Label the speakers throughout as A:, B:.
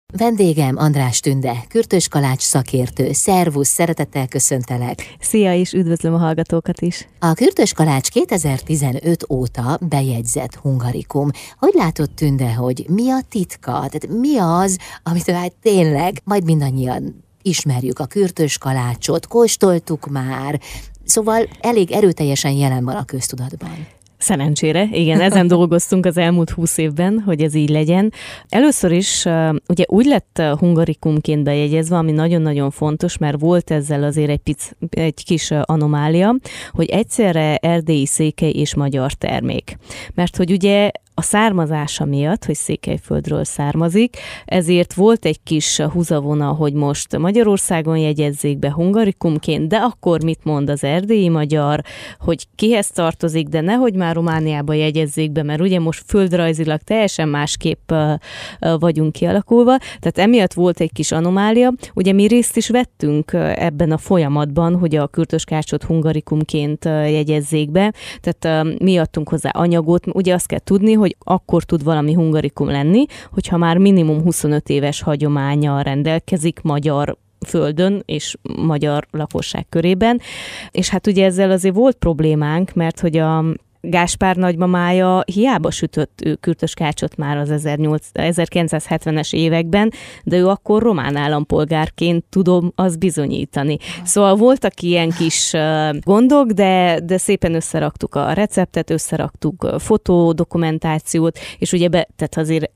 A: Vendégem András Tünde, kürtös kalács szakértő. Szervusz, szeretettel köszöntelek.
B: Szia, és üdvözlöm a hallgatókat is.
A: A kürtös kalács 2015 óta bejegyzett hungarikum. Hogy látod, Tünde, hogy mi a titka? Tehát mi az, amit hát tényleg majd mindannyian ismerjük a kürtös kalácsot, kóstoltuk már, szóval elég erőteljesen jelen van a köztudatban.
B: Szerencsére, igen, ezen dolgoztunk az elmúlt 20 évben, hogy ez így legyen. Először is ugye úgy lett hungarikumként bejegyezve, ami nagyon-nagyon fontos, mert volt ezzel azért egy kis anomália, hogy egyszerre erdélyi, székely és magyar termék. Mert hogy ugye a származása miatt, hogy Székelyföldről származik, ezért volt egy kis húzavona, hogy most Magyarországon jegyezzék be hungarikumként, de akkor mit mond az erdélyi magyar, hogy kihez tartozik, de nehogy már Romániába jegyezzék be, mert ugye most földrajzilag teljesen másképp vagyunk kialakulva, tehát emiatt volt egy kis anomália. Ugye mi részt is vettünk ebben a folyamatban, hogy a kürtös kalácsot hungarikumként jegyezzék be, tehát mi adtunk hozzá anyagot, ugye azt kell tudni, hogy akkor tud valami hungarikum lenni, hogyha már minimum 25 éves hagyománnyal rendelkezik magyar földön és magyar lakosság körében. És hát ugye ezzel azért volt problémánk, mert hogy a Gáspár nagymamája hiába sütött kürtös kalácsot már az 1970-es években, de ő akkor román állampolgárként tudom azt bizonyítani. Szóval voltak ilyen kis gondok, de szépen összeraktuk a receptet, összeraktuk fotodokumentációt, és ugye tehát azért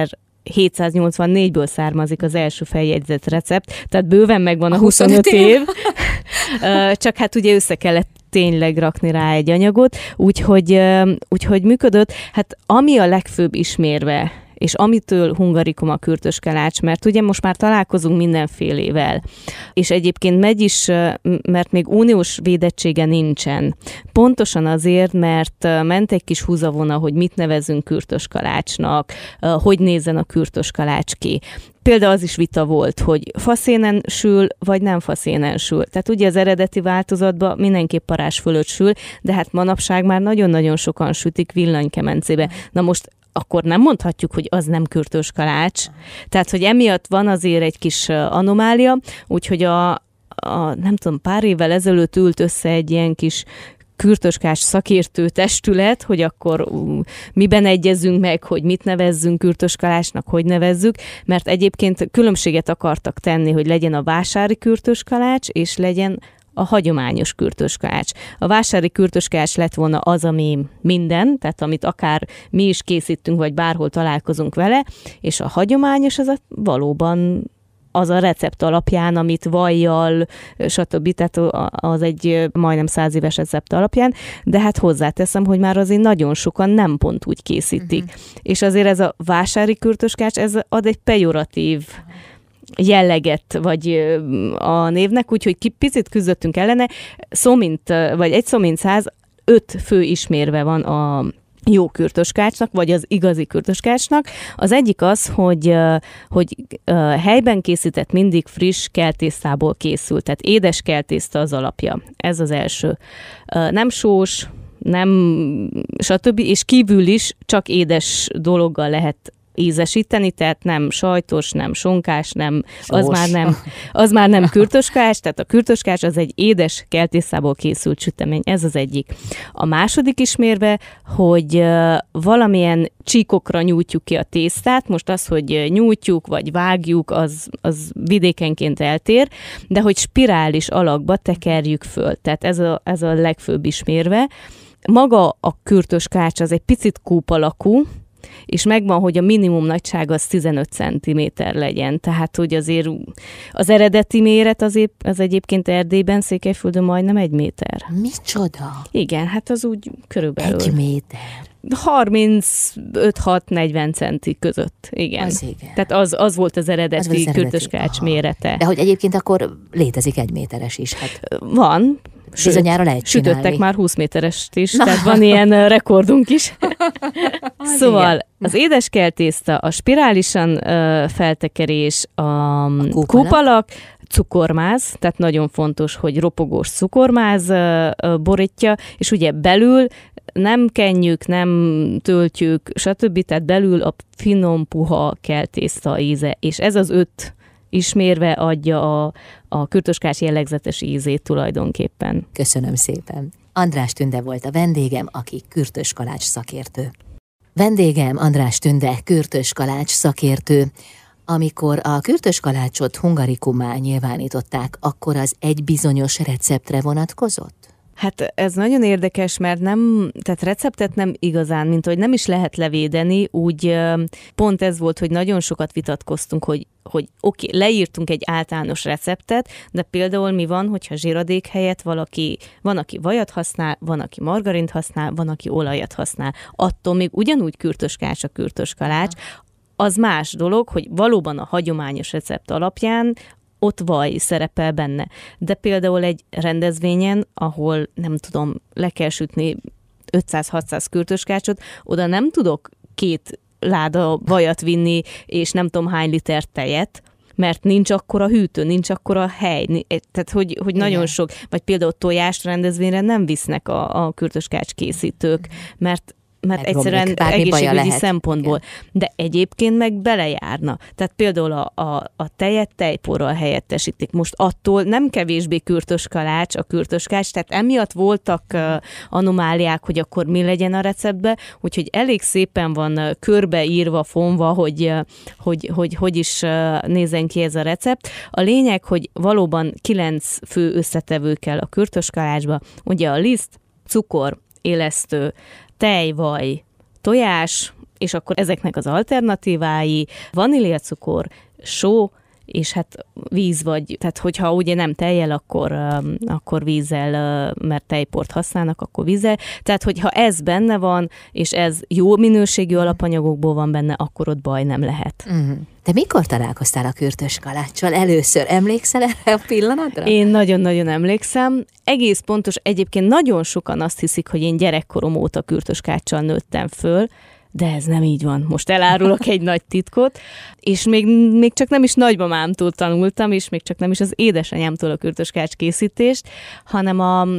B: 1784-ből származik az első feljegyzett recept, tehát bőven megvan a 25 év. Csak hát ugye össze kellett tényleg rakni rá egy anyagot, úgyhogy működött. Hát ami a legfőbb ismérve, és amitől hungarikum a kürtös kalács, mert ugye most már találkozunk mindenfélével. És egyébként megy is, mert még uniós védettsége nincsen. Pontosan azért, mert ment egy kis húzavona, hogy mit nevezzünk kürtös kalácsnak, hogy nézzen a kürtös kalács ki. Például az is vita volt, hogy faszénen sül, vagy nem faszénen sül. Tehát ugye az eredeti változatban mindenképp parázs fölött sül, de hát manapság már nagyon-nagyon sokan sütik villanykemencébe. Na most akkor nem mondhatjuk, hogy az nem kürtös kalács. Tehát, hogy emiatt van azért egy kis anomália, úgyhogy nem tudom, pár évvel ezelőtt ült össze egy ilyen kis kürtös kalács szakértő testület, hogy akkor miben egyezünk meg, hogy mit nevezzünk kürtös kalácsnak, hogy nevezzük, mert egyébként különbséget akartak tenni, hogy legyen a vásári kürtös kalács, és legyen a hagyományos kürtös kalács. A vásári kürtös kalács lett volna az, ami minden, tehát amit akár mi is készítünk, vagy bárhol találkozunk vele, és a hagyományos az valóban az a recept alapján, amit vajjal, stb. Tehát az egy majdnem 100 éves recept alapján, de hát hozzáteszem, hogy már azért nagyon sokan nem pont úgy készítik. És azért ez a vásári kürtös kalács, ez ad egy pejoratív jelleget vagy a névnek, úgyhogy picit küzdöttünk ellene. Egy szó mint 100, 5 fő ismérve van a jó kürtös kalácsnak, vagy az igazi kürtös kalácsnak. Az egyik az, hogy helyben készített, mindig friss keltésztából készült, tehát édes keltészta az alapja. Ez az első. Nem sós, nem stb. És kívül is csak édes dologgal lehet ízesíteni, tehát nem sajtos, nem sonkás, az már nem kürtös kalács, tehát a kürtös kalács az egy édes keltésztából készült sütemény, ez az egyik. A második ismérve, hogy valamilyen csíkokra nyújtjuk ki a tésztát, most az, hogy nyújtjuk, vagy vágjuk, az vidékenként eltér, de hogy spirális alakba tekerjük föl, tehát ez a legfőbb ismérve. Maga a kürtös kalács az egy picit kúp alakú, és megvan, hogy a minimum nagyság az 15 cm legyen. Tehát, hogy azért az eredeti méret az egyébként Erdélyben, Székelyföldön majdnem 1 méter.
A: Micsoda?
B: Igen, hát az úgy körülbelül.
A: 1 méter?
B: 35-6-40 centi között. Igen.
A: Az igen.
B: Tehát az volt az eredeti kürtös kalács mérete.
A: De hogy egyébként akkor létezik 1 méteres is. Hát.
B: Van.
A: Bizonyára lehet csinálni.
B: Sütöttek már 20 méterest is, tehát van ilyen rekordunk is. Szóval az édeskeltészta, a spirálisan feltekerés, a kúpalak, cukormáz, tehát nagyon fontos, hogy ropogós cukormáz borítja, és ugye belül nem kenjük, nem töltjük, stb. Tehát belül a finom, puha keltészta íze, és ez az 5 ismérve adja a kürtöskács jellegzetes ízét tulajdonképpen.
A: Köszönöm szépen. András Tünde volt a vendégem, aki kürtöskalács szakértő. Vendégem András Tünde, kürtöskalács szakértő. Amikor a kürtöskalácsot hungarikummá nyilvánították, akkor az egy bizonyos receptre vonatkozott?
B: Hát ez nagyon érdekes, mert tehát receptet nem igazán, mint hogy nem is lehet levédeni, úgy pont ez volt, hogy nagyon sokat vitatkoztunk, hogy oké, leírtunk egy általános receptet, de például mi van, hogyha zsiradék helyett van, aki vajat használ, van, aki margarint használ, van, aki olajat használ. Attól még ugyanúgy kürtöskács a kürtöskalács. Az más dolog, hogy valóban a hagyományos recept alapján ott vaj szerepel benne. De például egy rendezvényen, ahol nem tudom, le kell sütni 500-600 kürtöskácsot, oda nem tudok 2 láda vajat vinni, és nem tudom hány liter tejet, mert nincs akkora hűtő, nincs akkora hely. Tehát, hogy nagyon sok, vagy például tojást rendezvényre nem visznek a kürtöskács készítők, mert egyszerűen egészségügyi szempontból. Igen. De egyébként meg belejárna. Tehát például a tejet tejporral helyettesítik. Most attól nem kevésbé kürtöskalács a kürtöskács, tehát emiatt voltak anomáliák, hogy akkor mi legyen a receptbe, úgyhogy elég szépen van körbeírva, fonva, hogy is nézzen ki ez a recept. A lényeg, hogy valóban 9 fő összetevő kell a kürtöskalácsba. Ugye a liszt, cukor, élesztő, tej, vaj, tojás, és akkor ezeknek az alternatívái, vaníliacukor, só, és hát víz vagy, tehát hogyha ugye nem tejjel, akkor vízzel, mert tejport használnak, akkor vízzel. Tehát, hogyha ez benne van, és ez jó minőségű alapanyagokból van benne, akkor ott baj nem lehet.
A: Te mikor találkoztál a kürtöskaláccsal először? Emlékszel erre a pillanatra?
B: Én nagyon-nagyon emlékszem. Egész pontos, egyébként nagyon sokan azt hiszik, hogy én gyerekkorom óta kürtöskáccsal nőttem föl, de ez nem így van. Most elárulok egy nagy titkot, és még csak nem is nagymamámtól tanultam, és még csak nem is az édesanyámtól a kürtöskács készítést, hanem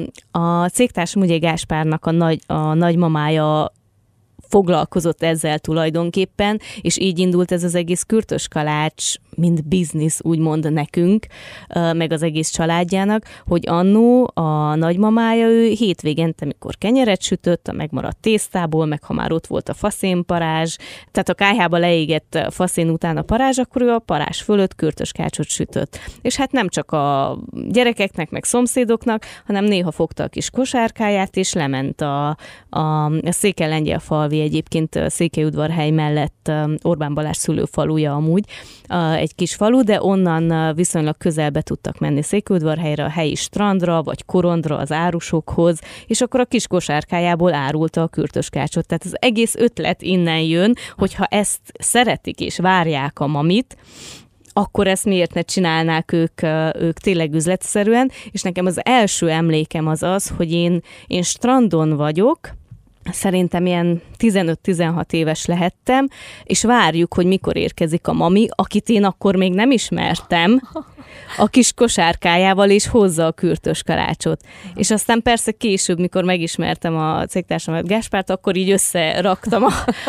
B: a cégtársam ugye Gáspárnak a nagymamája foglalkozott ezzel tulajdonképpen, és így indult ez az egész kürtöskalács, mint biznisz, úgymond nekünk, meg az egész családjának, hogy annó a nagymamája, ő hétvégente, mikor kenyeret sütött, a megmaradt tésztából, meg ha már ott volt a faszénparázs, tehát a kályhába leégett faszén után a parázs, akkor ő a parázs fölött kürtöskácsot sütött. És hát nem csak a gyerekeknek, meg szomszédoknak, hanem néha fogta a kis kosárkáját, és lement a Székelylengyel-falvi, egyébként Székelyudvarhely mellett Orbán Balázs szülőfaluja amúgy, egy kis falu, de onnan viszonylag közelbe tudtak menni Székelyudvarhelyre, a helyi strandra, vagy korondra, az árusokhoz, és akkor a kis kosárkájából árulta a kürtöskácsot. Tehát az egész ötlet innen jön, hogyha ezt szeretik és várják a mamit, akkor ezt miért ne csinálnák ők tényleg üzletszerűen, és nekem az első emlékem az, hogy én strandon vagyok, szerintem ilyen 15-16 éves lehettem, és várjuk, hogy mikor érkezik a mami, akit én akkor még nem ismertem, a kis kosárkájával, és hozza a kürtöskalácsot. És aztán persze később, mikor megismertem a cégtársamat Gáspárt, akkor így összeraktam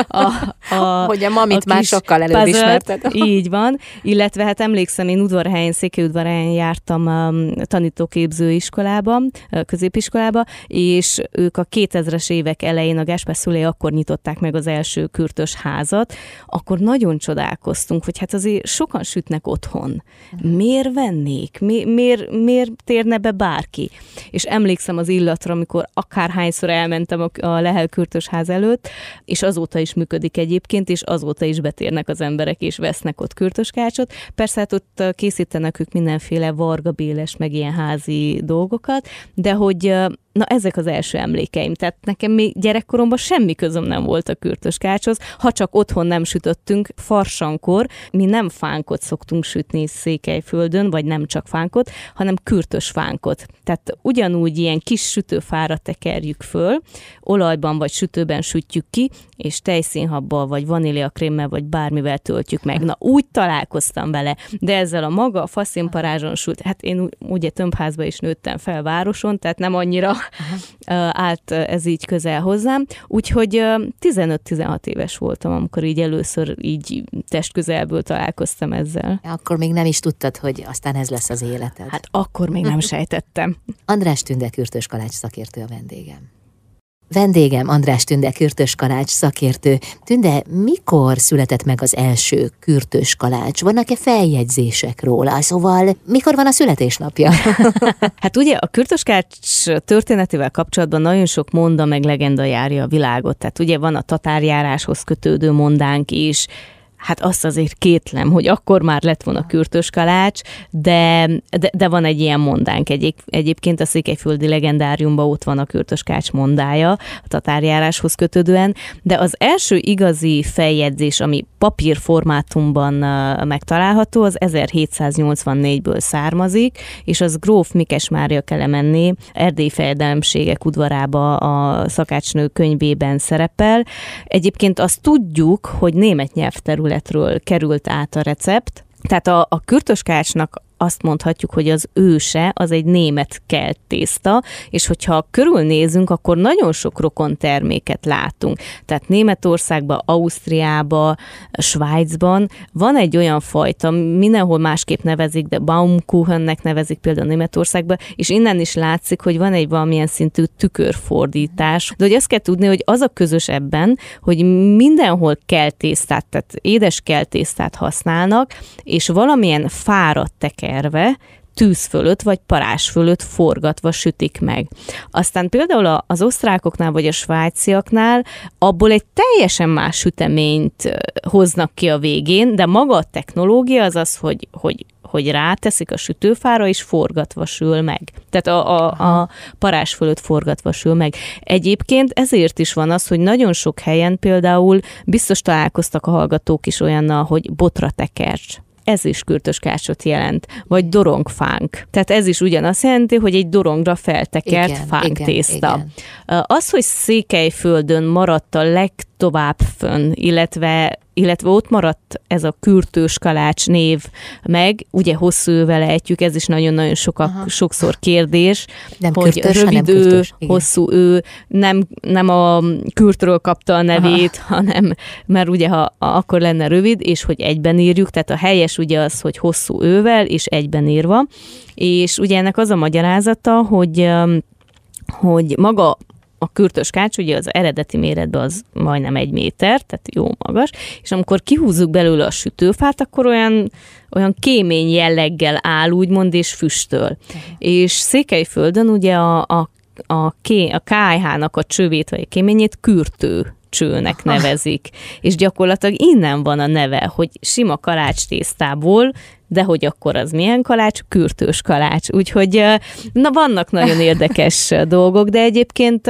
A: hogy a mamit már sokkal előbb ismerted.
B: Így van, illetve hát emlékszem, én Székelyudvarhelyen jártam tanítóképző iskolába, középiskolába, és ők a 2000-es évek elején a Gáspár szülei akkor nyitották meg az első kürtös házat, akkor nagyon csodálkoztunk, hogy hát azért sokan sütnek otthon. Miért vennék? Miért térne be bárki? És emlékszem az illatra, amikor akárhányszor elmentem a Lehel kürtös ház előtt, és azóta is működik egyébként, és azóta is betérnek az emberek, és vesznek ott kürtöskácsot. Persze hát ott készítenek ők mindenféle vargabéles, meg ilyen házi dolgokat, de hogy na ezek az első emlékeim. Tehát nekem még gyerekkoromban semmi közöm nem volt a kürtöskácshoz, ha csak otthon nem sütöttünk farsankor, mi nem fánkot szoktunk sütni Székelyföldön, vagy nem csak fánkot, hanem kürtös fánkot. Tehát ugyanúgy ilyen kis sütőfára tekerjük föl, olajban vagy sütőben sütjük ki, és tejszínhabbal, vagy vaníliakrémmel, vagy bármivel töltjük meg. Na úgy találkoztam vele, de ezzel a maga a faszénparázson sült, hát én ugye tömbházba is nőttem fel városon, tehát nem annyira állt ez így közel hozzám, hozzám, úgyhogy 15-16 éves voltam, amikor így először így testközelből találkoztam ezzel.
A: Akkor még nem is tudtad, hogy aztán ez lesz az életed.
B: Hát akkor még nem sejtettem.
A: András Tünde Kürtös Kalács szakértő a vendégem, András Tünde Kürtös Kalács szakértő. Tünde, mikor született meg az első kürtös kalács? Vannak-e feljegyzések róla? Szóval mikor van a születésnapja?
B: Hát ugye a kürtös kalács történetével kapcsolatban nagyon sok monda meg legenda járja a világot. Tehát ugye van a tatárjáráshoz kötődő mondánk is, hát azt azért kétlem, hogy akkor már lett volna kürtös kalács, de van egy ilyen mondánk. Egyébként a székelyföldi legendáriumban ott van a kürtös kalács mondája, a tatárjáráshoz kötődően, de az első igazi feljegyzés, ami papírformátumban megtalálható, az 1784-ből származik, és az gróf Mikes Mária Kelemenné erdélyi fejedelemségek udvarába a szakácsnő könyvében szerepel. Egyébként azt tudjuk, hogy német nyelvterületről került át a recept, tehát a kürtös kalácsnak azt mondhatjuk, hogy az őse az egy német kelt tészta, és hogyha körülnézünk, akkor nagyon sok rokon terméket látunk. Tehát Németországban, Ausztriában, Svájcban van egy olyan fajta, mindenhol másképp nevezik, de Baumkuchennek nevezik például Németországban, és innen is látszik, hogy van egy valamilyen szintű tükörfordítás. De hogy azt kell tudni, hogy az a közös ebben, hogy mindenhol keltésztát, tehát édes keltésztát használnak, és valamilyen fáradt tekerve tűz fölött vagy parázs fölött forgatva sütik meg. Aztán például az osztrákoknál vagy a svájciaknál abból egy teljesen más süteményt hoznak ki a végén, de maga a technológia az az, hogy ráteszik a sütőfára, és forgatva sül meg. Tehát a parázs fölött forgatva sül meg. Egyébként ezért is van az, hogy nagyon sok helyen például biztos találkoztak a hallgatók is olyannal, hogy botratekercs. Ez is kürtös kalácsot jelent, vagy dorongfánk. Tehát ez is ugyanazt jelenti, hogy egy dorongra feltekert fánktészta. Az, hogy Székelyföldön maradt a legtovább fönn, illetve ott maradt ez a kürtös kalács név meg, ugye hosszú ővel ejtjük, ez is nagyon-nagyon sokszor kérdés,
A: nem
B: hogy
A: kürtös,
B: rövid ő, hosszú ő, nem a kürtről kapta a nevét, hanem, mert ugye akkor lenne rövid, és hogy egyben írjuk, tehát a helyes ugye az, hogy hosszú ővel, és egyben írva, és ugye ennek az a magyarázata, hogy maga a kürtös kalács, ugye az eredeti méretben az majdnem 1 méter, tehát jó magas, és amikor kihúzzuk belőle a sütőfát, akkor olyan kémény jelleggel áll, úgymond, és füstöl. És Székelyföldön ugye a KH-nak a csövét, vagy a kéményét kürtő csőnek nevezik. És gyakorlatilag innen van a neve, hogy sima kalács tésztából, de hogy akkor az milyen kalács? Kürtős kalács. Úgyhogy vannak nagyon érdekes dolgok, de egyébként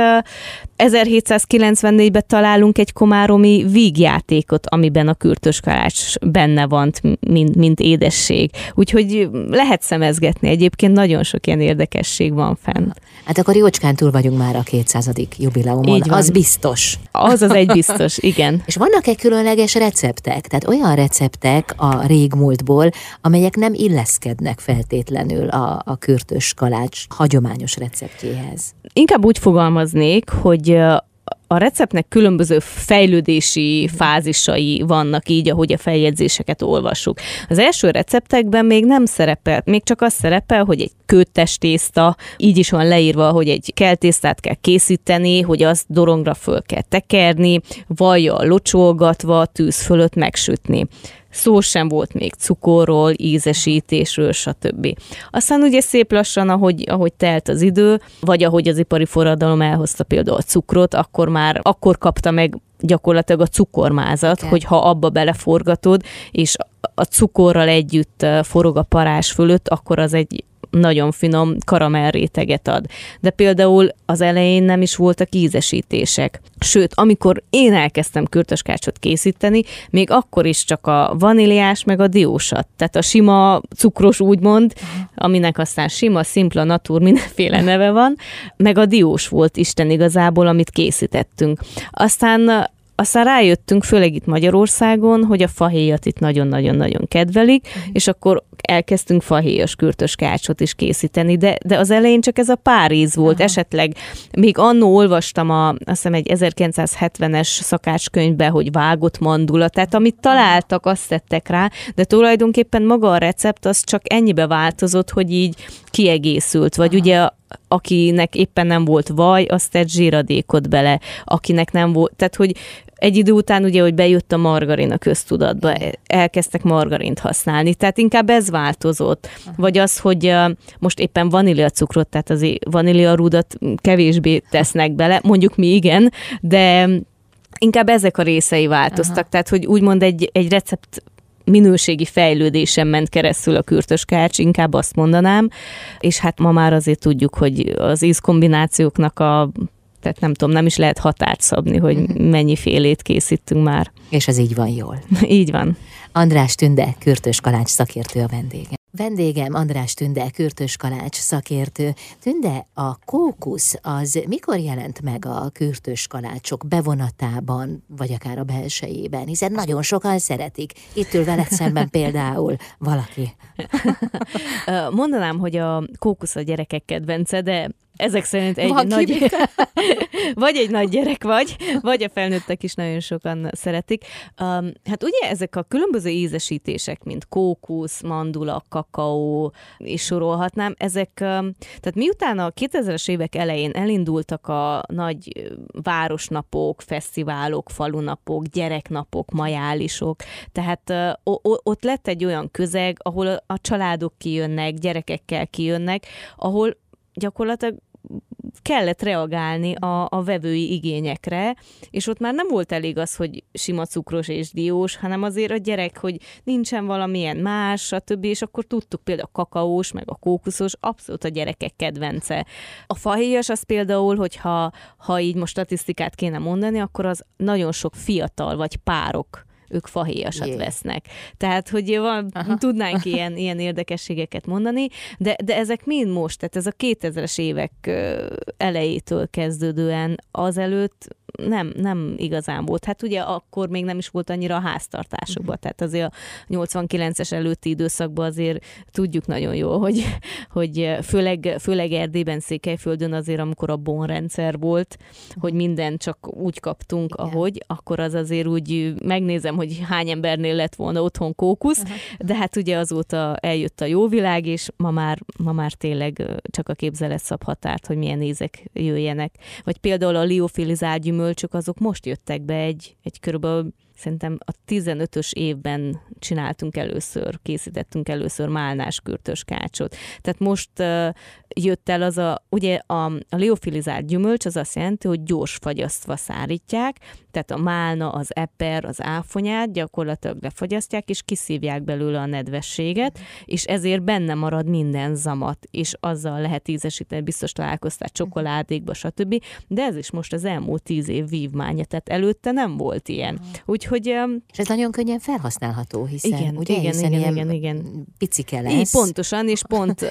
B: 1794-ben találunk egy komáromi vígjátékot, amiben a kürtös kalács benne van, mint édesség. Úgyhogy lehet szemezgetni. Egyébként nagyon sok ilyen érdekesség van fenn.
A: Hát akkor jócskán túl vagyunk már a 200. jubileumon. Az biztos.
B: Az egy biztos, igen.
A: És vannak-e különleges receptek? Tehát olyan receptek a régmúltból, amelyek nem illeszkednek feltétlenül a kürtös kalács hagyományos receptjéhez?
B: Inkább úgy fogalmaznék, hogy a receptnek különböző fejlődési fázisai vannak így, ahogy a feljegyzéseket olvassuk. Az első receptekben még nem szerepel, még csak az szerepel, hogy egy kőttes tészta, így is van leírva, hogy egy keltésztát kell készíteni, hogy azt dorongra föl kell tekerni, vajjal locsolgatva, tűz fölött megsütni. Szó sem volt még cukorról, ízesítésről, stb. Aztán ugye szép lassan, ahogy telt az idő, vagy ahogy az ipari forradalom elhozta például a cukrot, akkor kapta meg gyakorlatilag a cukormázat, hogy ha abba beleforgatod, és a cukorral együtt forog a parázs fölött, akkor az egy nagyon finom karamellréteget ad. De például az elején nem is voltak ízesítések. Sőt, amikor én elkezdtem kürtös kalácsot készíteni, még akkor is csak a vaníliás meg a diósat. Tehát a sima cukros úgymond, aminek aztán sima, szimpla, natur, mindenféle neve van, meg a diós volt Isten igazából, amit készítettünk. Aztán rájöttünk, főleg itt Magyarországon, hogy a fahéjat itt nagyon-nagyon-nagyon kedvelik, és akkor elkezdtünk fahéjas kürtös kácsot is készíteni, de az elején csak ez a pár íz volt. Esetleg még annó olvastam azt hiszem egy 1970-es szakácskönyvbe, hogy vágott mandula, tehát amit találtak, azt tettek rá, de tulajdonképpen maga a recept az csak ennyibe változott, hogy így kiegészült, vagy ugye akinek éppen nem volt vaj, azt tett zsíradékot bele, akinek nem volt, tehát hogy egy idő után ugye, hogy bejött a margarin a köztudatba, elkezdtek margarint használni, tehát inkább ez változott. Vagy az, hogy most éppen vaníliacukrot, tehát azért vaníliarudat kevésbé tesznek bele, mondjuk mi igen, de inkább ezek a részei változtak, tehát hogy úgymond egy recept minőségi fejlődésen ment keresztül a kürtös kács, inkább azt mondanám, és hát ma már azért tudjuk, hogy az ízkombinációknak tehát nem tudom, nem is lehet határt szabni, hogy mennyifélét készítünk már.
A: És ez így van jól.
B: Így van.
A: András Tünde, kürtös kalács szakértő a vendégem. Vendégem András Tünde, kürtös kalács szakértő. Tünde, a kókusz az mikor jelent meg a kürtös kalácsok bevonatában, vagy akár a belsejében? Hiszen nagyon sokan szeretik. Itt ül veled szemben például valaki.
B: Mondanám, hogy a kókusz a gyerekek kedvence, de ezek szerint vagy egy nagy gyerek vagy a felnőttek is nagyon sokan szeretik. Hát ugye ezek a különböző ízesítések, mint kókusz, mandula, kakaó, és sorolhatnám, ezek, tehát miután a 2000-es évek elején elindultak a nagy városnapok, fesztiválok, falunapok, gyereknapok, majálisok, tehát ott lett egy olyan közeg, ahol a családok kijönnek, gyerekekkel kijönnek, ahol gyakorlatilag kellett reagálni a vevői igényekre, és ott már nem volt elég az, hogy sima cukros és diós, hanem azért a gyerek, hogy nincsen valamilyen más, stb., és akkor tudtuk például a kakaós, meg a kókuszos, abszolút a gyerekek kedvence. A fahéjas az például, hogyha így most statisztikát kéne mondani, akkor az nagyon sok fiatal vagy párok, ők fahéjasat vesznek. Tehát, hogy tudnánk ilyen érdekességeket mondani, de ezek mind most, tehát ez a 2000-es évek elejétől kezdődően azelőtt nem igazán volt. Hát ugye akkor még nem is volt annyira a háztartásokban, tehát azért a 89-es előtti időszakban azért tudjuk nagyon jól, hogy főleg Erdélyben, Székelyföldön azért, amikor a bonrendszer volt, hogy mindent csak úgy kaptunk, ahogy, akkor az azért úgy megnézem, hogy hány embernél lett volna otthon kókusz, de hát ugye azóta eljött a jó világ, és ma már tényleg csak a képzelet szab határt, hogy milyen ízek jöjjenek. Vagy például a liofilizált gyümölcsök, azok most jöttek be egy körülbelül szerintem a 15-ös évben készítettünk először málnás kürtös kácsot. Tehát most jött el ugye a liofilizált gyümölcs, az azt jelenti, hogy gyors fagyasztva szárítják, tehát a málna, az eper, az áfonyát gyakorlatilag lefagyasztják, és kiszívják belőle a nedvességet, és ezért benne marad minden zamat, és azzal lehet ízesíteni, biztos találkoztál csokoládékba, stb. De ez is most az elmúlt 10 év vívmánya, tehát előtte nem volt ilyen. Úgyhogy...
A: És ez nagyon könnyen felhasználható, hiszen
B: igen.
A: Picike lesz.
B: Így pontosan, és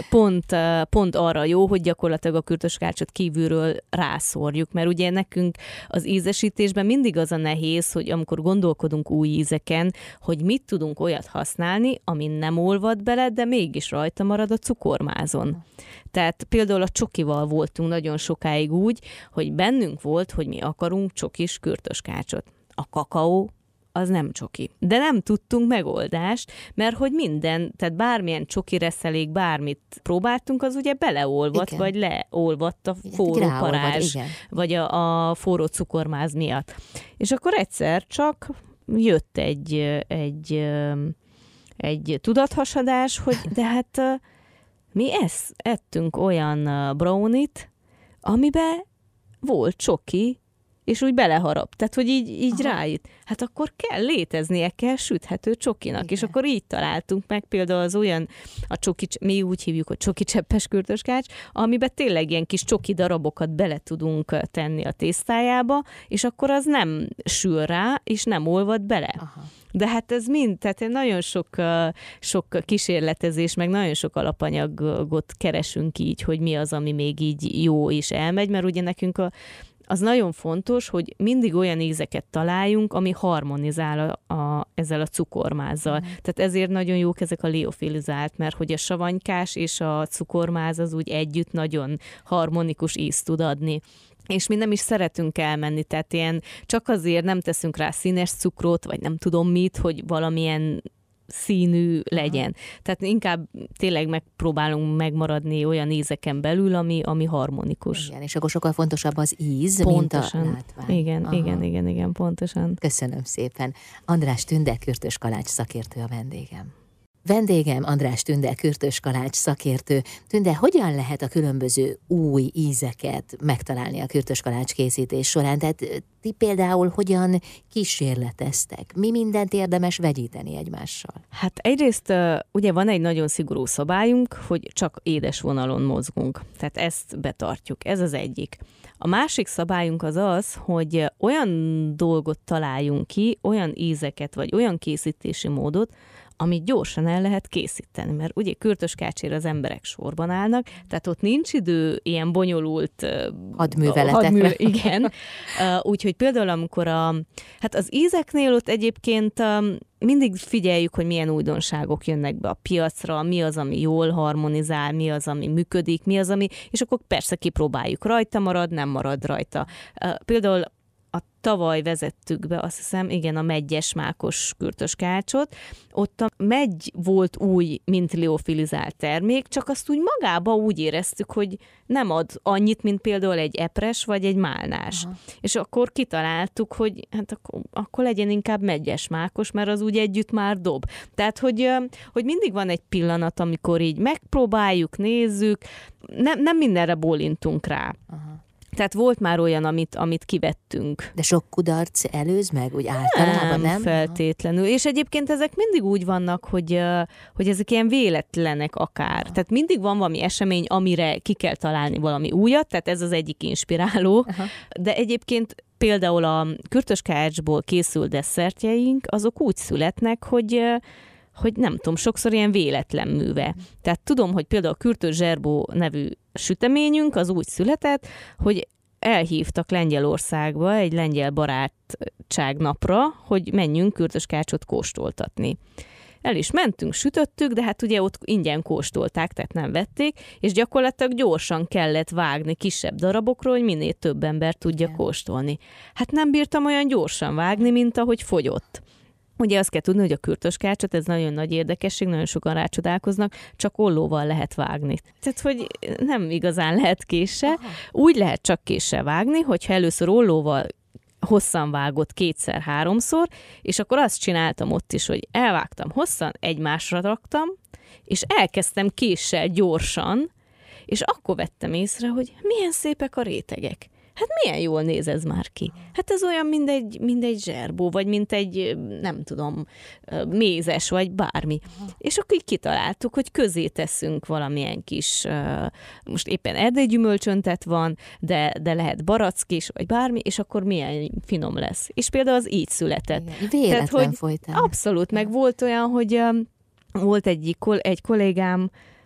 B: pont arra jó, hogy gyakorlatilag a kürtös kácsot kívülről rászórjuk, mert ugye nekünk az ízesítésben mindig az a nehéz, hogy amikor gondolkodunk új ízeken, hogy mit tudunk olyat használni, ami nem olvad bele, de mégis rajta marad a cukormázon. Tehát például a csokival voltunk nagyon sokáig úgy, hogy bennünk volt, hogy mi akarunk csokis kürtös kácsot. A kakaó az nem csoki. De nem tudtunk megoldást, mert hogy tehát bármilyen csoki reszelék, bármit próbáltunk, az ugye beleolvadt, vagy leolvadt a forró parázs, vagy a forró cukormáz miatt. És akkor egyszer csak jött egy tudathasadás, hogy de hát mi ettünk olyan brownit, amiben volt csoki, és úgy beleharapt. Tehát, hogy így rájött. Hát akkor léteznie kell süthető csokinak. Igen. És akkor így találtunk meg például az olyan, mi úgy hívjuk, hogy csoki cseppes kürtös kács, amiben tényleg ilyen kis csoki darabokat bele tudunk tenni a tésztájába, és akkor az nem sül rá, és nem olvad bele. Aha. De hát ez mind, tehát nagyon sok kísérletezés, meg nagyon sok alapanyagot keresünk így, hogy mi az, ami még így jó és elmegy, mert ugye nekünk az nagyon fontos, hogy mindig olyan ízeket találjunk, ami harmonizál ezzel a cukormázzal. Tehát ezért nagyon jók ezek a liofilizált, mert hogy a savanykás és a cukormáz az úgy együtt nagyon harmonikus ízt tud adni. És mi nem is szeretünk elmenni, tehát ilyen csak azért nem teszünk rá színes cukrot, vagy nem tudom mit, hogy valamilyen színű legyen. Tehát inkább tényleg megpróbálunk megmaradni olyan ízeken belül, ami harmonikus.
A: Igen, és akkor sokkal fontosabb az íz,
B: pontosan.
A: Mint a látvány.
B: Igen, pontosan.
A: Köszönöm szépen. András Tünde, Kürtös Kalács szakértő a vendégem. Vendégem András Tünde, Kürtös Kalács szakértő. Tünde, hogyan lehet a különböző új ízeket megtalálni a kürtös kalács készítés során? Tehát ti például hogyan kísérleteztek? Mi mindent érdemes vegyíteni egymással?
B: Hát egyrészt ugye van egy nagyon szigorú szabályunk, hogy csak édes vonalon mozgunk. Tehát ezt betartjuk. Ez az egyik. A másik szabályunk az az, hogy olyan dolgot találjunk ki, olyan ízeket, vagy olyan készítési módot, amit gyorsan el lehet készíteni, mert ugye kürtöskácsért az emberek sorban állnak, tehát ott nincs idő ilyen bonyolult
A: hadműveletekre.
B: Igen. Úgyhogy például amikor hát az ízeknél ott egyébként mindig figyeljük, hogy milyen újdonságok jönnek be a piacra, mi az, ami jól harmonizál, mi az, ami működik, mi az, ami, és akkor persze kipróbáljuk, rajta marad, nem marad rajta. Például tavaly vezettük be, azt hiszem, igen, a meggyes mákos kürtöskácsot. Ott a megy volt új, mint liofilizált termék, csak azt úgy magába úgy éreztük, hogy nem ad annyit, mint például egy epres vagy egy málnás. Aha. És akkor kitaláltuk, hogy hát akkor legyen inkább meggyes mákos, mert az úgy együtt már dob. Tehát, hogy mindig van egy pillanat, amikor így megpróbáljuk, nézzük, nem mindenre bólintunk rá. Aha. Tehát volt már olyan, amit kivettünk.
A: De sok kudarc előz meg, úgy általában nem?
B: Feltétlenül. És egyébként ezek mindig úgy vannak, hogy ezek ilyen véletlenek akár. Tehát mindig van valami esemény, amire ki kell találni valami újat, tehát ez az egyik inspiráló. Aha. De egyébként például a kürtöskácsból készült desszertjeink, azok úgy születnek, hogy nem tudom, sokszor ilyen véletlen műve. Tehát tudom, hogy például a kürtös zserbó nevű süteményünk az úgy született, hogy elhívtak Lengyelországba egy lengyel barátságnapra, hogy menjünk kürtöskácsot kóstoltatni. El is mentünk, sütöttük, de hát ugye ott ingyen kóstolták, tehát nem vették, és gyakorlatilag gyorsan kellett vágni kisebb darabokról, hogy minél több ember tudja kóstolni. Hát nem bírtam olyan gyorsan vágni, mint ahogy fogyott. Ugye azt kell tudni, hogy a kürtöskácsot, ez nagyon nagy érdekesség, nagyon sokan rácsodálkoznak, csak ollóval lehet vágni. Tehát, hogy nem igazán lehet késsel. Aha. Úgy lehet csak késsel vágni, hogyha először ollóval hosszan vágott 2-3-szor, és akkor azt csináltam ott is, hogy elvágtam hosszan, egymásra raktam, és elkezdtem késsel gyorsan, és akkor vettem észre, hogy milyen szépek a rétegek. Hát milyen jól néz ez már ki. Hát ez olyan, mint egy zserbó, vagy mint egy, nem tudom, mézes, vagy bármi. És akkor így kitaláltuk, hogy közé teszünk valamilyen kis, most éppen erdélygyümölcsöntet van, de lehet barack is, vagy bármi, és akkor milyen finom lesz. És például az így született.
A: Véletlen folytán.
B: Abszolút, meg volt olyan, hogy volt egy kollégám,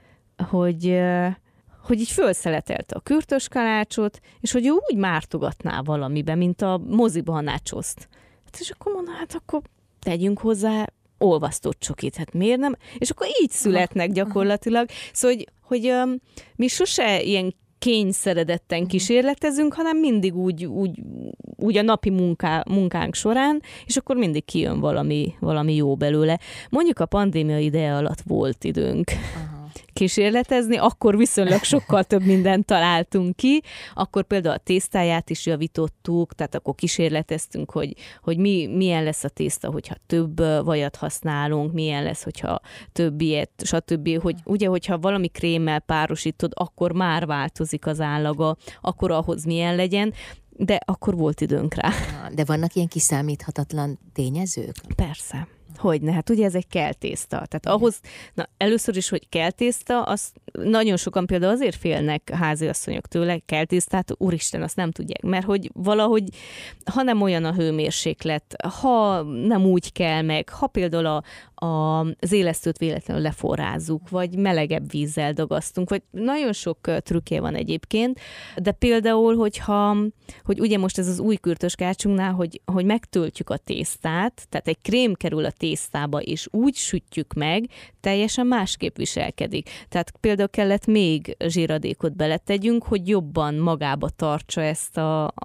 B: hogy így felszeletelte a kürtös kalácsot, és hogy ő úgy mártogatná valamibe, mint a moziba a nachoszt. Hát és akkor mondom, hát akkor tegyünk hozzá olvasztott csokit, hát miért nem? És akkor így születnek gyakorlatilag. Szóval, hogy mi sose ilyen kényszeredetten kísérletezünk, hanem mindig úgy a napi munkánk során, és akkor mindig kijön valami jó belőle. Mondjuk a pandémia ideje alatt volt időnk kísérletezni, akkor viszonylag sokkal több mindent találtunk ki, akkor például a tésztáját is javítottuk, tehát akkor kísérleteztünk, hogy milyen lesz a tészta, hogyha több vajat használunk, milyen lesz, hogyha több ilyet, stb. Hogy ugye, hogyha valami krémmel párosítod, akkor már változik az állaga, akkor ahhoz milyen legyen, de akkor volt időnk rá.
A: De vannak ilyen kiszámíthatatlan tényezők?
B: Persze. Hogyne, hát ugye ez egy keltészta. Tehát ahhoz, először is, hogy keltészta, az nagyon sokan például azért félnek háziasszonyok tőle, keltésztát, úristen, azt nem tudják, mert hogy valahogy, ha nem olyan a hőmérséklet, ha nem úgy kell meg, ha például az élesztőt véletlenül leforrázzuk, vagy melegebb vízzel dagasztunk, vagy nagyon sok trükkje van egyébként, de például, hogy ugye most ez az új kürtöskácsunknál, hogy megtöltjük a tésztát, tehát egy krém kerül a tésztába, és úgy sütjük meg, teljesen másképp viselkedik. Tehát például kellett még zsíradékot beletegyünk, hogy jobban magába tartsa ezt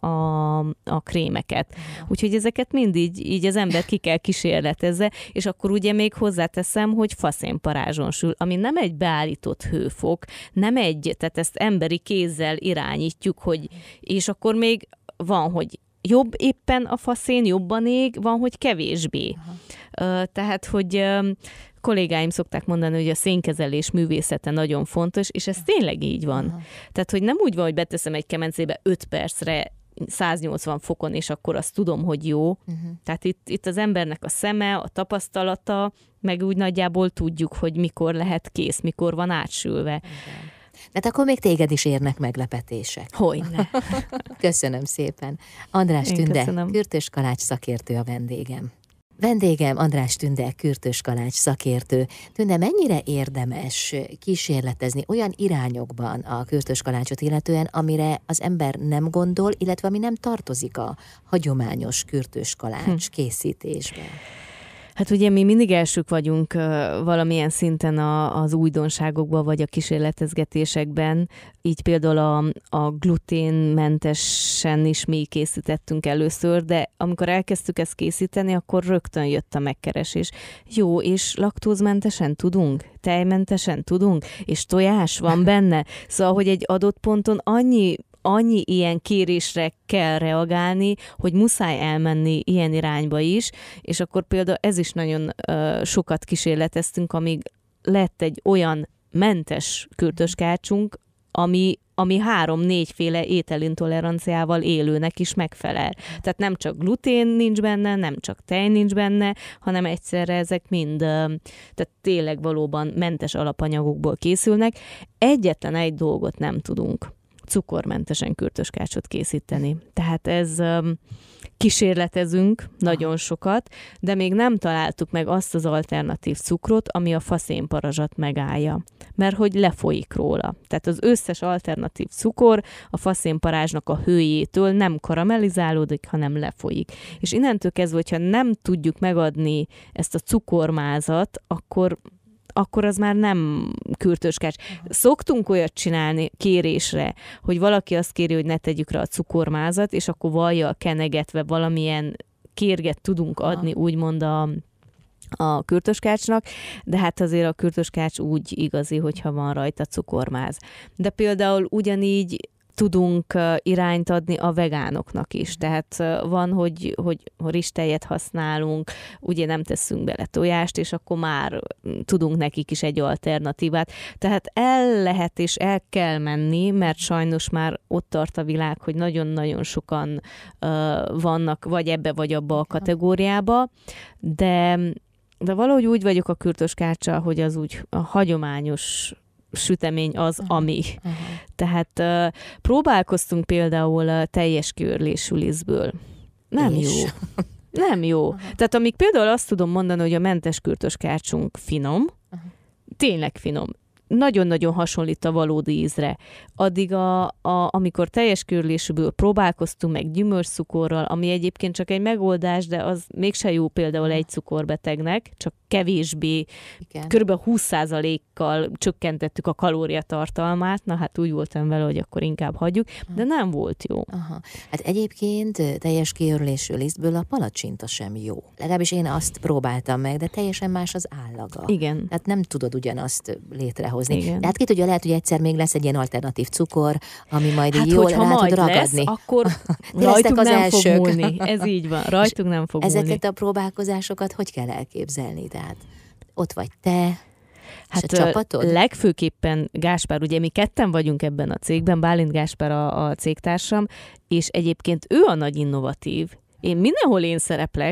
B: a krémeket. Úgyhogy ezeket mindig így az ember ki kell kísérletezze, és akkor ugye még hozzáteszem, hogy faszénparázson sül, ami nem egy beállított hőfok, tehát ezt emberi kézzel irányítjuk, és akkor még van, hogy jobb éppen a faszén, jobban ég, van, hogy kevésbé. Tehát, hogy kollégáim szokták mondani, hogy a szénkezelés művészete nagyon fontos, és ez tényleg így van. Tehát, hogy nem úgy van, hogy beteszem egy kemencébe 5 percre 180 fokon, és akkor azt tudom, hogy jó. Tehát itt az embernek a szeme, a tapasztalata, meg úgy nagyjából tudjuk, hogy mikor lehet kész, mikor van átsülve.
A: De akkor még téged is érnek meglepetések.
B: Hogyne.
A: Köszönöm szépen. András Tünde, kürtöskalács szakértő a vendégem. Vendégem András Tünde, kürtöskalács szakértő. Tünde, mennyire érdemes kísérletezni olyan irányokban a kürtöskalácsot illetően, amire az ember nem gondol, illetve ami nem tartozik a hagyományos kürtöskalács készítésbe?
B: Hát ugye mi mindig elsők vagyunk valamilyen szinten az újdonságokban, vagy a kísérletezgetésekben. Így például a gluténmentesen is mi készítettünk először, de amikor elkezdtük ezt készíteni, akkor rögtön jött a megkeresés. Jó, és laktózmentesen tudunk? Tejmentesen tudunk? És tojás van benne? Szóval, hogy egy adott ponton annyi ilyen kérésre kell reagálni, hogy muszáj elmenni ilyen irányba is, és akkor például ez is nagyon sokat kísérleteztünk, amíg lett egy olyan mentes kürtöskácsunk, ami 3-4 féle ételintoleranciával élőnek is megfelel. Tehát nem csak glutén nincs benne, nem csak tej nincs benne, hanem egyszerre ezek mind, tehát tényleg valóban mentes alapanyagokból készülnek. Egyetlen egy dolgot nem tudunk: cukormentesen kürtöskácsot készíteni. Tehát ez kísérletezünk nagyon sokat, de még nem találtuk meg azt az alternatív cukrot, ami a faszénparazsat megállja, mert hogy lefolyik róla. Tehát az összes alternatív cukor a faszénparázsnak a hőjétől nem karamellizálódik, hanem lefolyik. És innentől kezdve, hogyha nem tudjuk megadni ezt a cukormázat, akkor az már nem kürtöskács. Szoktunk olyat csinálni kérésre, hogy valaki azt kéri, hogy ne tegyük rá a cukormázat, és akkor vajjal kenegetve valamilyen kérget tudunk adni, úgymond a kürtöskácsnak, de hát azért a kürtöskács úgy igazi, hogyha van rajta cukormáz. De például ugyanígy tudunk irányt adni a vegánoknak is. Tehát van, hogy rizstejet használunk, ugye nem teszünk bele tojást, és akkor már tudunk nekik is egy alternatívát. Tehát el lehet és el kell menni, mert sajnos már ott tart a világ, hogy nagyon-nagyon sokan vannak vagy ebbe, vagy abba a kategóriába, de valahogy úgy vagyok a kürtöskáccsal, hogy az úgy a hagyományos sütemény az, ami. Tehát próbálkoztunk például teljes kiörlésű lisztből. Nem jó. Nem jó. Tehát amíg például azt tudom mondani, hogy a mentes kürtöskácsunk finom, tényleg finom, nagyon-nagyon hasonlít a valódi ízre. Addig, amikor teljes kiörlésűből próbálkoztunk meg gyümölcscukorral, ami egyébként csak egy megoldás, de az mégse jó például egy cukorbetegnek, csak kevésbé, kb. 20%-kal csökkentettük a kalóriatartalmát, na hát úgy voltam vele, hogy akkor inkább hagyjuk, de nem volt jó.
A: Hát egyébként teljes kiörlésű lisztből a palacsinta sem jó. Legalábbis én azt próbáltam meg, de teljesen más az állaga.
B: Igen.
A: Tehát nem tudod ugyanazt létrehozni.
B: Igen.
A: De hát ki tudja, lehet, hogy egyszer még lesz egy ilyen alternatív cukor, ami majd így jól rá tud ragadni.
B: Lesz, akkor rajtunk az nem elsők. Fog múlni. Ez így van, rajtunk nem fog múlni.
A: Ezeket a próbálkozásokat hogy kell elképzelni? Tehát ott vagy te,
B: hát
A: és a csapatod?
B: Legfőképpen Gáspár, ugye mi ketten vagyunk ebben a cégben, Bálint Gáspár a cégtársam, és egyébként ő a nagy innovatív. Mindenhol én szereplek,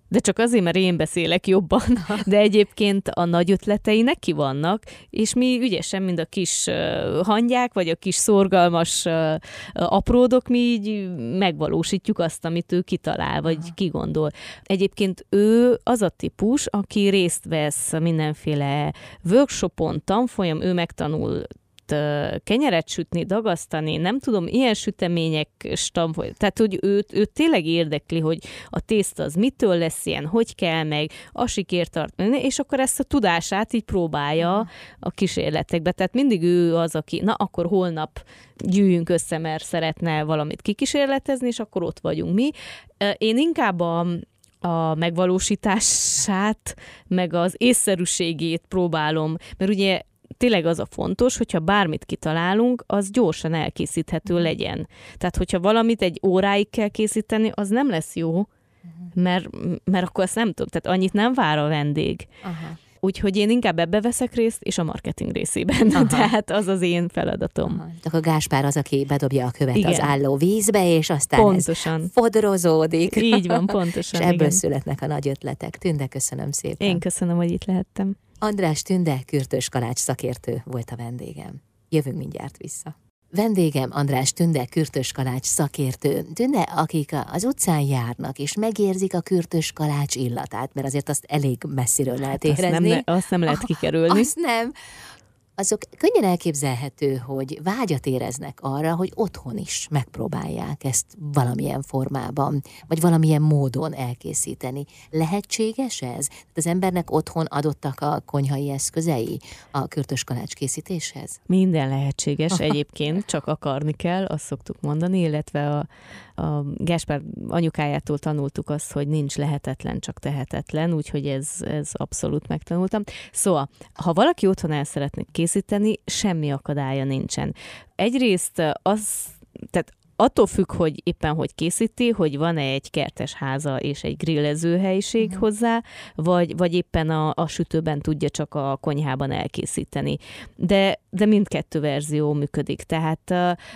B: De csak azért, mert én beszélek jobban, de egyébként a nagy ötletei neki vannak, és mi ügyesen, mind a kis hangyák, vagy a kis szorgalmas apródok, mi így megvalósítjuk azt, amit ő kitalál, vagy kigondol. Egyébként ő az a típus, aki részt vesz mindenféle workshopon, tanfolyam, ő megtanul kenyeret sütni, dagasztani, nem tudom, ilyen sütemények, tehát, hogy őt tényleg érdekli, hogy a tészta az mitől lesz ilyen, hogy kell meg, a sikértart, és akkor ezt a tudását így próbálja a kísérletekbe. Tehát mindig ő az, aki, na akkor holnap gyűjjünk össze, mert szeretne valamit kikísérletezni, és akkor ott vagyunk mi. Én inkább a megvalósítását, meg az észszerűségét próbálom, mert ugye tényleg az a fontos, hogyha bármit kitalálunk, az gyorsan elkészíthető legyen. Tehát, hogyha valamit egy óráig kell készíteni, az nem lesz jó, mert akkor azt nem tudom, tehát annyit nem vár a vendég. Aha. Úgyhogy én inkább ebbe veszek részt, és a marketing részében. Aha. Tehát az az én feladatom.
A: Aha. Akkor Gáspár az, aki bedobja a követ az álló vízbe, és aztán
B: pontosan.
A: Ez fodrozódik.
B: Így van, pontosan.
A: És ebből születnek a nagy ötletek. Tünde, köszönöm szépen.
B: Én köszönöm, hogy itt lehettem.
A: András Tünde, Kürtös Kalács szakértő volt a vendégem. Jövünk mindjárt vissza. Vendégem András Tünde, Kürtös Kalács szakértő. Tünde, akik az utcán járnak, és megérzik a Kürtös Kalács illatát, mert azért azt elég messziről lehet érezni.
B: Azt nem lehet kikerülni.
A: Azt nem. Azok könnyen elképzelhető, hogy vágyat éreznek arra, hogy otthon is megpróbálják ezt valamilyen formában, vagy valamilyen módon elkészíteni. Lehetséges ez? Tehát az embernek otthon adottak a konyhai eszközei a Kürtös Kalács készítéshez?
B: Minden lehetséges egyébként, csak akarni kell, azt szoktuk mondani, illetve a Gáspár anyukájától tanultuk azt, hogy nincs lehetetlen, csak tehetetlen, úgyhogy ez abszolút megtanultam. Szóval, ha valaki otthon el szeretne készíteni, semmi akadálya nincsen. Egyrészt tehát attól függ, hogy éppen hogy készíti, hogy van-e egy kertes háza és egy grillező helyiség hozzá, vagy éppen a sütőben tudja csak a konyhában elkészíteni. De mindkettő verzió működik. Tehát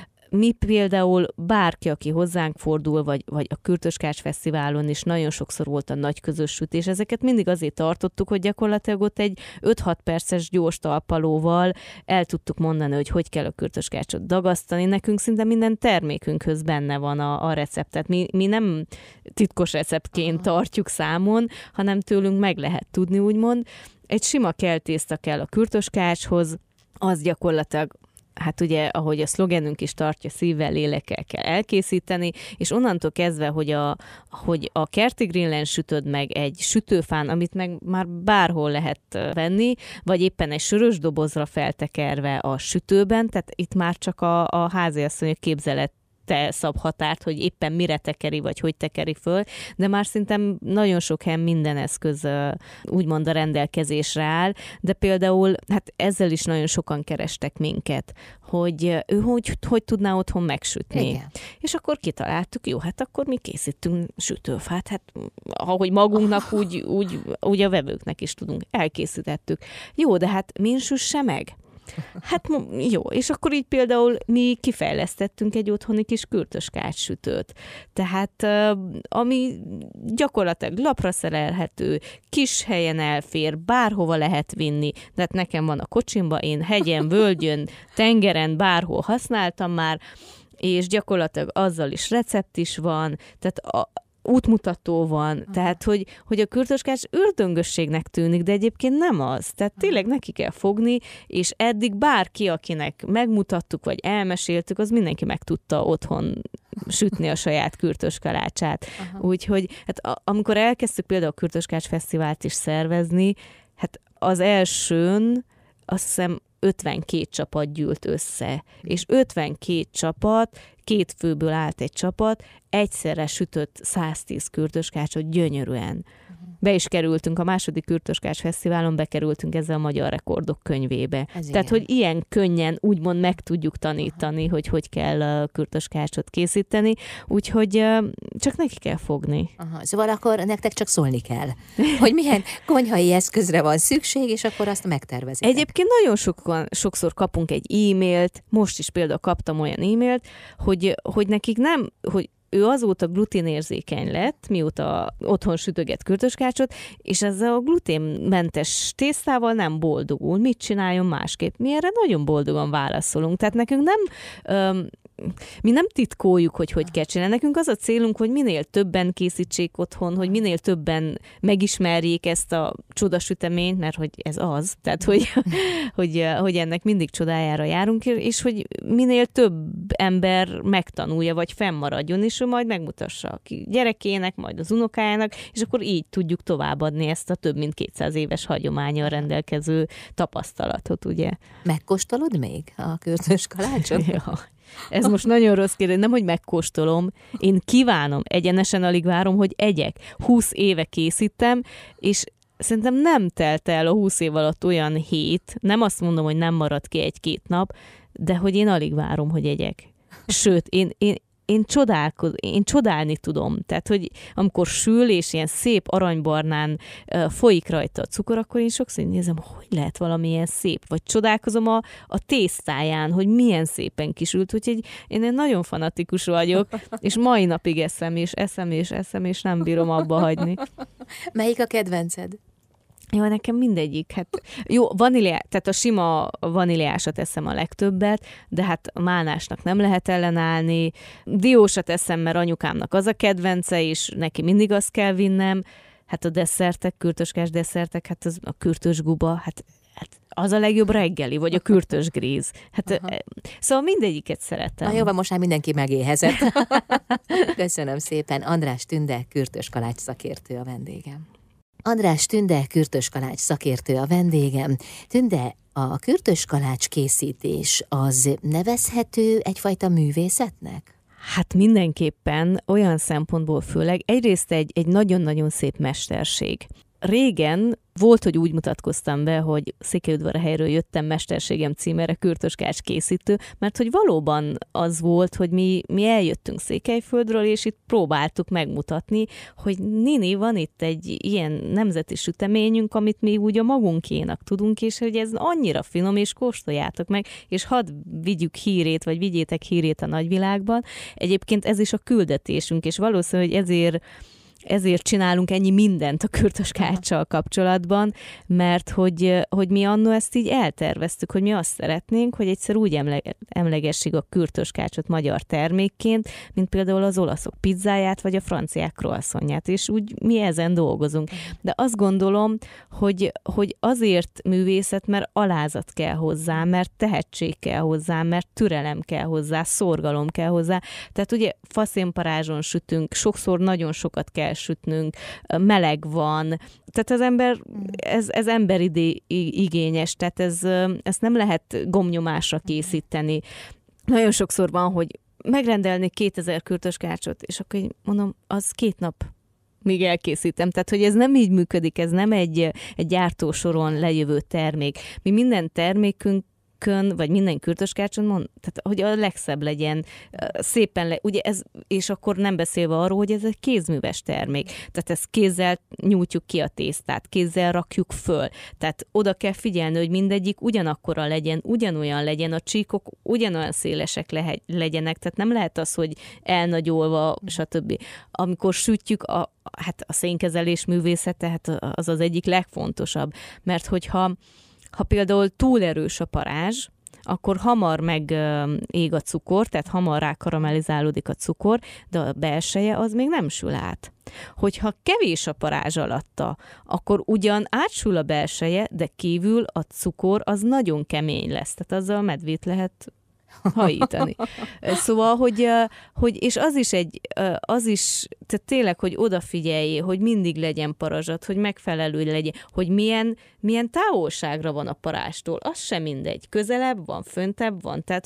B: mi például bárki, aki hozzánk fordul, vagy a Kürtös Kalács Fesztiválon is nagyon sokszor volt a nagy közös sütés, ezeket mindig azért tartottuk, hogy gyakorlatilag ott egy 5-6 perces gyors talpalóval el tudtuk mondani, hogy kell a Kürtös Kalácsot dagasztani. Nekünk szinte minden termékünkhöz benne van a receptet. Mi nem titkos receptként tartjuk számon, hanem tőlünk meg lehet tudni, úgymond. Egy sima keltészta kell a Kürtös Kalácshoz, az gyakorlatilag hát ugye, ahogy a szlogenünk is tartja, szívvel, lélekkel kell elkészíteni, és onnantól kezdve, hogy a kerti grillen sütöd meg egy sütőfán, amit meg már bárhol lehet venni, vagy éppen egy sörös dobozra feltekerve a sütőben, tehát itt már csak a háziasszonyok képzelet szab határt, hogy éppen mire tekeri, vagy hogy tekeri föl, de már szerintem nagyon sok helyen minden eszköz úgymond a rendelkezésre áll, de például hát ezzel is nagyon sokan kerestek minket, hogy ő hogy tudná otthon megsütni. Igen. És akkor kitaláltuk, jó, hát akkor mi készítünk sütőfát, hát ahogy magunknak, úgy a vevőknek is tudunk, elkészítettük. Jó, de hát min süsse meg? Hát jó, és akkor így például mi kifejlesztettünk egy otthoni kis Kürtös Kalács sütőt. Tehát ami gyakorlatilag lapra szerelhető, kis helyen elfér, bárhova lehet vinni. De hát nekem van a kocsimba, én hegyen, völgyön, tengeren, bárhol használtam már, és gyakorlatilag azzal is recept is van, tehát útmutató van, tehát hogy a Kürtös Kalács ördöngösségnek tűnik, de egyébként nem az. Tehát tényleg neki kell fogni, és eddig bárki, akinek megmutattuk, vagy elmeséltük, az mindenki meg tudta otthon sütni a saját Kürtös Kalácsát. Úgyhogy hát amikor elkezdtük például a Kürtös Kalács Fesztivált is szervezni, hát az elsőn azt hiszem 52 csapat gyűlt össze, és 52 csapat, 2 főből állt egy csapat, egyszerre sütött 110 Kürtös Kalácsot gyönyörűen. Be is kerültünk, a második Kürtös Kalács Fesztiválon bekerültünk ezzel a magyar rekordok könyvébe. Tehát, hogy ilyen könnyen úgymond meg tudjuk tanítani, hogy kell a Kürtös Kalácsot készíteni, úgyhogy csak neki kell fogni.
A: Szóval akkor nektek csak szólni kell, hogy milyen konyhai eszközre van szükség, és akkor azt megtervezitek.
B: Egyébként nagyon sokszor kapunk egy e-mailt, most is például kaptam olyan e-mailt, hogy nekik nem, hogy ő azóta gluténérzékeny lett, mióta otthon sütöget kürtöskácsot, és ezzel a gluténmentes tésztával nem boldogul. Mit csináljon másképp? Mi erre nagyon boldogan válaszolunk. Tehát nekünk mi nem titkoljuk, hogy kell csinálni. Nekünk az a célunk, hogy minél többen készítsék otthon, hogy minél többen megismerjék ezt a csodasüteményt, mert hogy ez az, tehát hogy ennek mindig csodájára járunk, és hogy minél több ember megtanulja, vagy fennmaradjon, és ő majd megmutassa a gyerekének, majd az unokájának, és akkor így tudjuk továbbadni ezt a több mint 200 éves hagyománnyal rendelkező tapasztalatot, ugye.
A: Megkóstolod még a kürtös kalácsot?
B: Ja. Ez most nagyon rossz kérdés, nem, hogy megkóstolom, én kívánom, egyenesen alig várom, hogy egyek. 20 éve készítem, és szerintem nem telt el a 20 év alatt olyan hét, nem azt mondom, hogy nem marad ki 1-2 nap, de hogy én alig várom, hogy egyek. Sőt, én csodálni tudom. Tehát, hogy amikor sül, és ilyen szép aranybarnán folyik rajta a cukor, akkor én sokszor nézem, hogy lehet valamilyen szép. Vagy csodálkozom a tésztáján, hogy milyen szépen kisült. Úgyhogy én nagyon fanatikus vagyok, és mai napig eszem, és nem bírom abba hagyni.
A: Melyik a kedvenced?
B: Jó, nekem mindegyik. Hát, jó, tehát a sima vaníliásat eszem a legtöbbet, de hát a málnásnak nem lehet ellenállni. Diósat eszem, mert anyukámnak az a kedvence, és neki mindig azt kell vinnem. Hát a desszertek, kürtöskás desszertek, hát az a kürtös guba, hát az a legjobb reggeli, vagy a kürtös gríz. Szóval mindegyiket szeretem.
A: Na jó, van, most már mindenki megéhezett. Köszönöm szépen. András Tünde, kürtös kalács szakértő a vendégem. András Tünde, kürtös kalács szakértő a vendégem. Tünde, a kürtös kalács készítés az nevezhető egyfajta művészetnek?
B: Hát mindenképpen olyan szempontból főleg. Egyrészt egy nagyon-nagyon szép mesterség. Régen volt, hogy úgy mutatkoztam be, hogy Székelyudvarhelyről jöttem mesterségem címére kürtöskács készítő, mert hogy valóban az volt, hogy mi eljöttünk Székelyföldről, és itt próbáltuk megmutatni, hogy Nini, van itt egy ilyen nemzeti süteményünk, amit mi úgy a magunkénak tudunk, és hogy ez annyira finom, és kóstoljátok meg, és hadd vigyük hírét, vagy vigyétek hírét a nagyvilágban. Egyébként ez is a küldetésünk, és valószínű, hogy ezért csinálunk ennyi mindent a kürtöskáccsal kapcsolatban, mert hogy mi annó ezt így elterveztük, hogy mi azt szeretnénk, hogy egyszer úgy emlegessük a kürtöskácsot magyar termékként, mint például az olaszok pizzáját, vagy a franciák croissantját, és úgy mi ezen dolgozunk. De azt gondolom, hogy azért művészet, mert alázat kell hozzá, mert tehetség kell hozzá, mert türelem kell hozzá, szorgalom kell hozzá. Tehát ugye faszénparázson sütünk, sokszor nagyon sokat kell sütnünk, meleg van, tehát az ember, ez emberi igényes, tehát ezt nem lehet gomnyomásra készíteni. Nagyon sokszor van, hogy megrendelnék 2000 kürtöskácsot, és akkor mondom, az 2 nap míg elkészítem. Tehát, hogy ez nem így működik, ez nem egy gyártósoron lejövő termék. Mi minden termékünk vagy minden kürtöskácson tehát hogy a legszebb legyen, szépen ugye ez, és akkor nem beszélve arról, hogy ez egy kézműves termék. Tehát ezt kézzel nyújtjuk ki a tésztát, kézzel rakjuk föl. Tehát oda kell figyelni, hogy mindegyik ugyanakkora legyen, ugyanolyan legyen, a csíkok ugyanolyan szélesek legyenek, tehát nem lehet az, hogy elnagyolva, stb. Amikor sütjük, hát a szénkezelés művészete, hát az az egyik legfontosabb, mert hogyha például túl erős a parázs, akkor hamar megég a cukor, tehát hamar rákaramellizálódik a cukor, de a belseje az még nem sül át. Hogyha kevés a parázs alatta, akkor ugyan átsül a belseje, de kívül a cukor az nagyon kemény lesz, tehát azzal a medvét lehet hajítani. Szóval, hogy és az is, tehát tényleg, hogy odafigyelj, hogy mindig legyen parazsat, hogy megfelelő legyen, hogy milyen távolságra van a parástól, az sem mindegy. Közelebb van, föntebb van, tehát,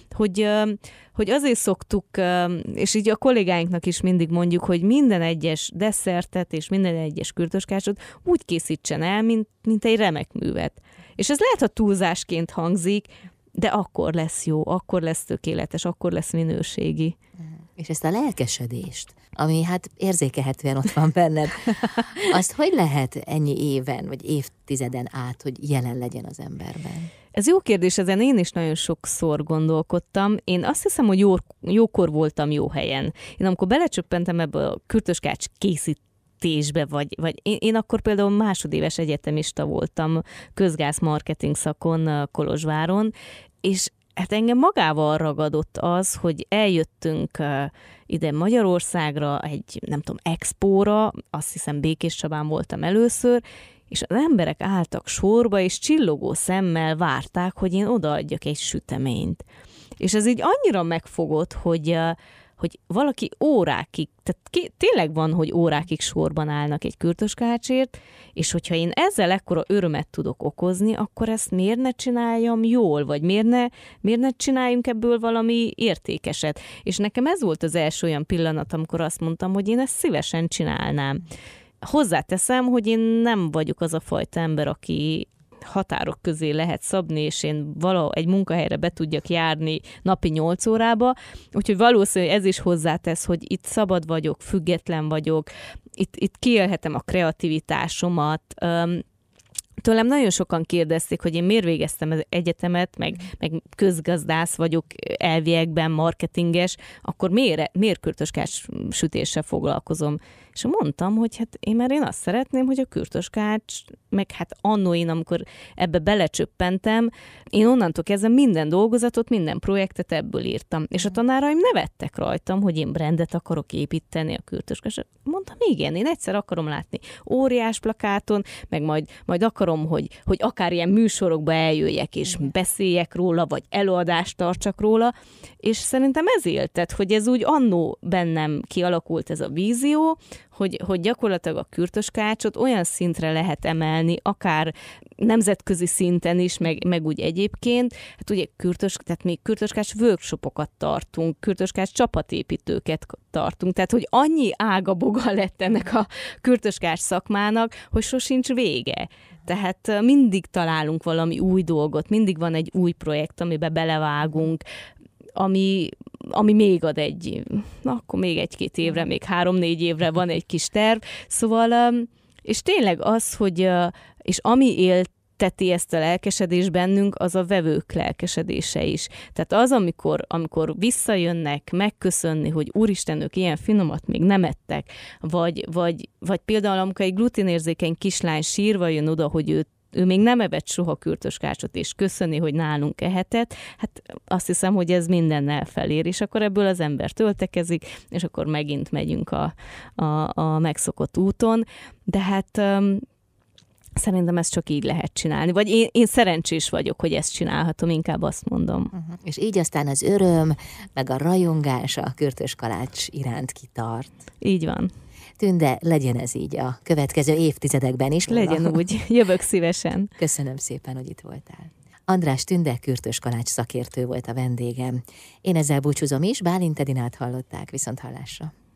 B: hogy azért szoktuk, és így a kollégáinknak is mindig mondjuk, hogy minden egyes desszertet és minden egyes kürtöskácsot úgy készítsen el, mint egy remek művet. És ez lehet, ha túlzásként hangzik, de akkor lesz jó, akkor lesz tökéletes, akkor lesz minőségi.
A: És ezt a lelkesedést, ami hát érzékelhetően ott van benned, azt hogy lehet ennyi éven, vagy évtizeden át, hogy jelen legyen az emberben?
B: Ez jó kérdés, ezen én is nagyon sokszor gondolkodtam. Én azt hiszem, hogy jókor voltam jó helyen. Én amikor belecsöppentem ebbe a kürtöskács készítésbe, vagy én akkor például másodéves egyetemista voltam közgázmarketing szakon Kolozsváron, és hát engem magával ragadott az, hogy eljöttünk ide Magyarországra egy, nem tudom, expóra, azt hiszem Békés Csabán voltam először, és az emberek álltak sorba, és csillogó szemmel várták, hogy én odaadjak egy süteményt. És ez így annyira megfogott, hogy valaki órákig, tehát tényleg van, hogy órákig sorban állnak egy kürtöskácsért, és hogyha én ezzel ekkora örömet tudok okozni, akkor ezt miért ne csináljam jól, vagy miért ne csináljunk ebből valami értékeset. És nekem ez volt az első olyan pillanat, amikor azt mondtam, hogy én ezt szívesen csinálnám. Hozzáteszem, hogy én nem vagyok az a fajta ember, aki határok közé lehet szabni, és én egy munkahelyre be tudjak járni napi 8 órába, úgyhogy valószínűleg ez is hozzátesz, hogy itt szabad vagyok, független vagyok, itt kiélhetem a kreativitásomat. Tőlem nagyon sokan kérdezték, hogy én miért végeztem az egyetemet, meg közgazdász vagyok elviekben, marketinges, akkor miért kürtöskács sütéssel foglalkozom? És mondtam, hogy hát én azt szeretném, hogy a kürtöskács, meg hát annó én, amikor ebbe belecsöppentem, én onnantól kezdve minden dolgozatot, minden projektet ebből írtam. És a tanáraim nevettek rajtam, hogy én brandet akarok építeni a kürtöskácsra. Mondtam, igen, én egyszer akarom látni óriás plakáton, meg majd akarom, hogy akár ilyen műsorokba eljöjjek, és beszéljek róla, vagy előadást tartsak róla, és szerintem ez éltet, hogy ez úgy annó bennem kialakult ez a vízió, hogy gyakorlatilag a kürtöskácsot olyan szintre lehet emelni, akár nemzetközi szinten is, meg úgy egyébként. Hát ugye tehát még kürtöskács workshopokat tartunk, kürtöskács csapatépítőket tartunk, tehát hogy annyi ágaboga lett ennek a kürtöskács szakmának, hogy sosincs vége. Tehát mindig találunk valami új dolgot, mindig van egy új projekt, amiben belevágunk, ami még ad akkor még 1-2 évre, még 3-4 évre van egy kis terv. Szóval, és tényleg az, hogy, és ami élteti ezt a lelkesedést bennünk, az a vevők lelkesedése is. Tehát az, amikor visszajönnek megköszönni, hogy úristen, ők ilyen finomat még nem ettek, vagy például amikor egy gluténérzékeny kislány sírva jön oda, hogy ő még nem evett soha kürtöskácsot, és köszöni, hogy nálunk ehetett, hát azt hiszem, hogy ez mindennel felér, és akkor ebből az ember töltekezik, és akkor megint megyünk a megszokott úton, de hát szerintem ezt csak így lehet csinálni, vagy én szerencsés vagyok, hogy ezt csinálhatom, inkább azt mondom.
A: És így aztán az öröm, meg a rajongás a kürtöskalács iránt kitart.
B: Így van.
A: Tünde, legyen ez így a következő évtizedekben is.
B: Legyen úgy, jövök szívesen.
A: Köszönöm szépen, hogy itt voltál. András Tünde kürtöskalács szakértő volt a vendégem. Én ezzel búcsúzom is, Bálint Edinát hallották, viszont hallásra.